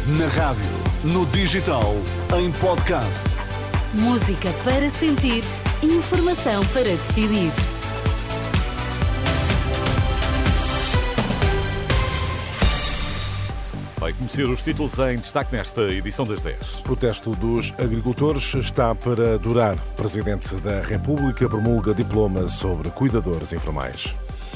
Na rádio, no digital, em podcast. Música para sentir, informação para decidir. Vai conhecer os títulos em destaque nesta edição das 10. Protesto dos agricultores está para durar. Presidente da República promulga diploma sobre cuidadores informais.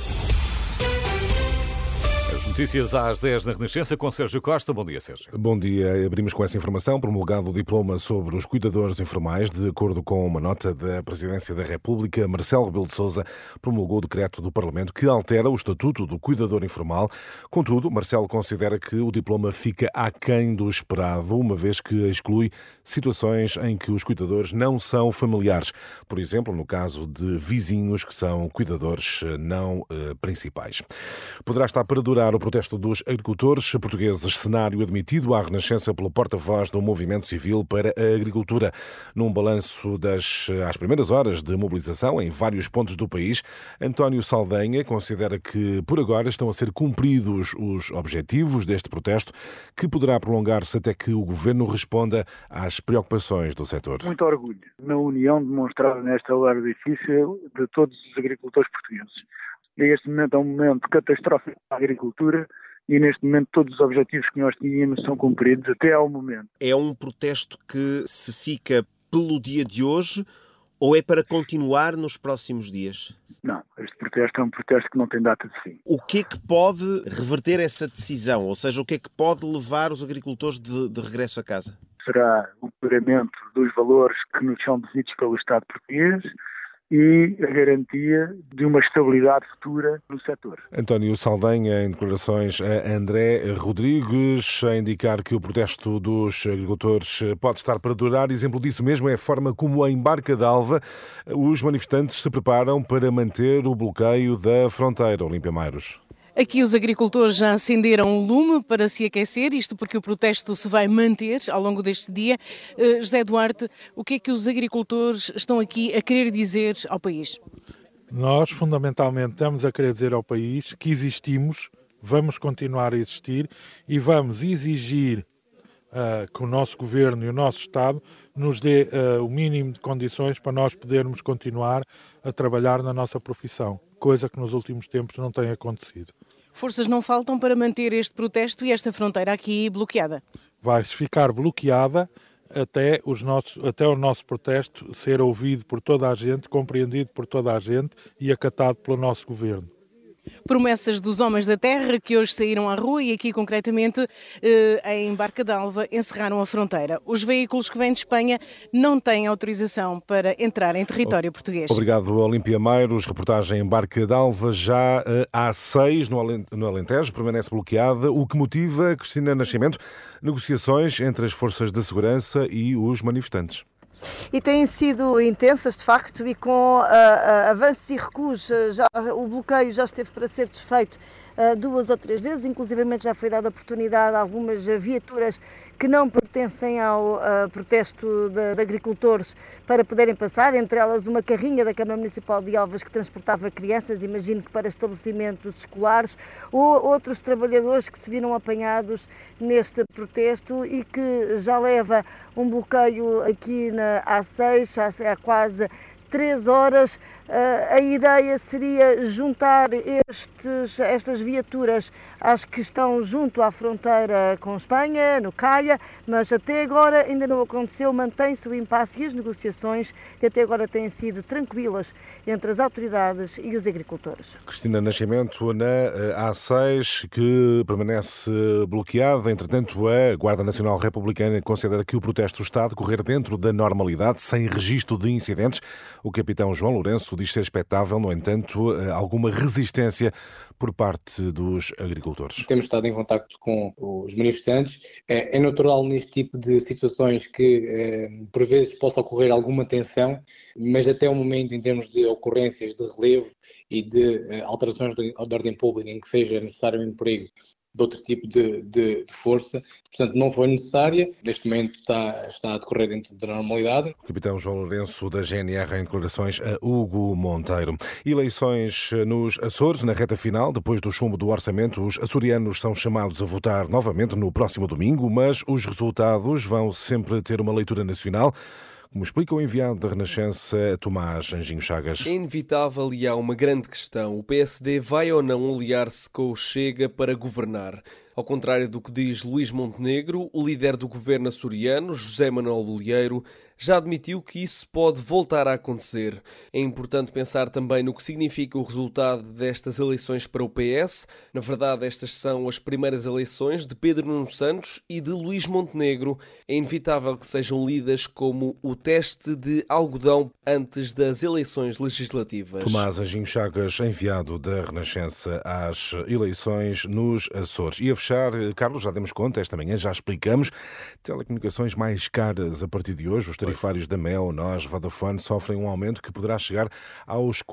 Notícias às 10 na Renascença com Sérgio Costa. Bom dia, Sérgio. Bom dia. Abrimos com essa informação. Promulgado o diploma sobre os cuidadores informais, de acordo com uma nota da Presidência da República, Marcelo Rebelo de Sousa promulgou o decreto do Parlamento que altera o estatuto do cuidador informal. Contudo, Marcelo considera que o diploma fica aquém do esperado, uma vez que exclui situações em que os cuidadores não são familiares. Por exemplo, no caso de vizinhos que são cuidadores não principais. Poderá estar para durar o protesto dos agricultores portugueses, cenário admitido à Renascença pelo porta-voz do Movimento Civil para a Agricultura. Num balanço às primeiras horas de mobilização em vários pontos do país, António Saldanha considera que por agora estão a ser cumpridos os objetivos deste protesto, que poderá prolongar-se até que o Governo responda às preocupações do setor. Muito orgulho na união demonstrada nesta hora difícil de todos os agricultores portugueses. Este momento é um momento catastrófico para a agricultura e neste momento todos os objetivos que nós tínhamos são cumpridos até ao momento. É um protesto que se fica pelo dia de hoje ou é para continuar nos próximos dias? Não, este protesto é um protesto que não tem data de fim. O que é que pode reverter essa decisão? Ou seja, o que é que pode levar os agricultores de regresso a casa? Será o pagamento dos valores que nos são devidos pelo Estado português e a garantia de uma estabilidade futura no setor. António Saldanha, em declarações a André Rodrigues, a indicar que o protesto dos agricultores pode estar para durar. Exemplo disso mesmo é a forma como em Barca d'Alva os manifestantes se preparam para manter o bloqueio da fronteira. Olímpia Mairos. Aqui os agricultores já acenderam o lume para se aquecer, isto porque o protesto se vai manter ao longo deste dia. José Duarte, o que é que os agricultores estão aqui a querer dizer ao país? Nós, fundamentalmente, estamos a querer dizer ao país que existimos, vamos continuar a existir e vamos exigir que o nosso Governo e o nosso Estado nos dê o mínimo de condições para nós podermos continuar a trabalhar na nossa profissão, coisa que nos últimos tempos não tem acontecido. Forças não faltam para manter este protesto e esta fronteira aqui bloqueada? Vai ficar bloqueada até o nosso protesto ser ouvido por toda a gente, compreendido por toda a gente e acatado pelo nosso Governo. Promessas dos homens da terra que hoje saíram à rua e aqui concretamente em Barca d'Alva encerraram a fronteira. Os veículos que vêm de Espanha não têm autorização para entrar em território português. Obrigado, Olímpia Mairos. Reportagem em Barca d'Alva. Já a A6 no Alentejo permanece bloqueada, o que motiva, Cristina Nascimento, negociações entre as forças de segurança e os manifestantes. E têm sido intensas, de facto, e com avanços e recuos, o bloqueio já esteve para ser desfeito 2 ou 3 vezes, inclusivamente já foi dada oportunidade a algumas viaturas que não pertencem ao protesto de agricultores para poderem passar, entre elas uma carrinha da Câmara Municipal de Alvas que transportava crianças, imagino que para estabelecimentos escolares, ou outros trabalhadores que se viram apanhados neste protesto e que já leva um bloqueio aqui na A6 há quase 3 horas. A ideia seria juntar estas viaturas às que estão junto à fronteira com Espanha, no Caia, mas até agora ainda não aconteceu, mantém-se o impasse e as negociações que até agora têm sido tranquilas entre as autoridades e os agricultores. Cristina Nascimento, na A6, que permanece bloqueada. Entretanto, a Guarda Nacional Republicana considera que o protesto está a decorrer dentro da normalidade, sem registro de incidentes. O capitão João Lourenço diz ser expectável, no entanto, alguma resistência por parte dos agricultores. Temos estado em contacto com os manifestantes. É natural neste tipo de situações que, por vezes, possa ocorrer alguma tensão, mas até o momento, em termos de ocorrências de relevo e de alterações de ordem pública em que seja necessário um perigo, de outro tipo de força. Portanto, não foi necessária. Neste momento está a decorrer dentro da normalidade. O capitão João Lourenço, da GNR, em declarações a Hugo Monteiro. Eleições nos Açores, na reta final. Depois do chumbo do orçamento, os açorianos são chamados a votar novamente no próximo domingo, mas os resultados vão sempre ter uma leitura nacional, como explica o enviado da Renascença, Tomás Anjinho Chagas. É inevitável e há uma grande questão. O PSD vai ou não aliar-se com o Chega para governar? Ao contrário do que diz Luís Montenegro, o líder do governo açoriano, José Manuel Bolieiro, já admitiu que isso pode voltar a acontecer. É importante pensar também no que significa o resultado destas eleições para o PS. Na verdade, estas são as primeiras eleições de Pedro Nuno Santos e de Luís Montenegro. É inevitável que sejam lidas como o teste de algodão antes das eleições legislativas. Tomás Anjinho Chagas, enviado da Renascença às eleições nos Açores. E a fechar, Carlos, já demos conta, esta manhã já explicamos, telecomunicações mais caras a partir de hoje. Os tarifários da Mel, NOS, Vodafone sofrem um aumento que poderá chegar aos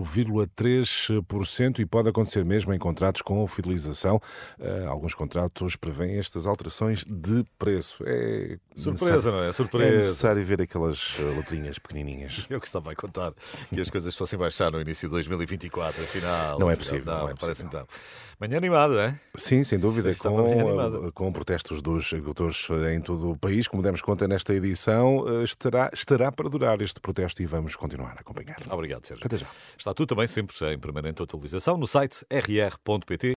4,3% e pode acontecer mesmo em contratos com fidelização. Alguns contratos prevêem estas alterações de preço. É surpresa, não é? Surpresa. É necessário ver aquelas letrinhas pequenininhas. Eu que estava a contar que as coisas fossem baixar no início de 2024, afinal. Não é possível. Não, não é possível. parece-me. Manhã animada, é? Sim, sem dúvida, com protestos dos agricultores em todo o país. Como demos conta nesta edição, estará para durar este protesto e vamos continuar a acompanhar. Obrigado, Sérgio. Até já. Está tudo também sempre em permanente atualização no site rr.pt.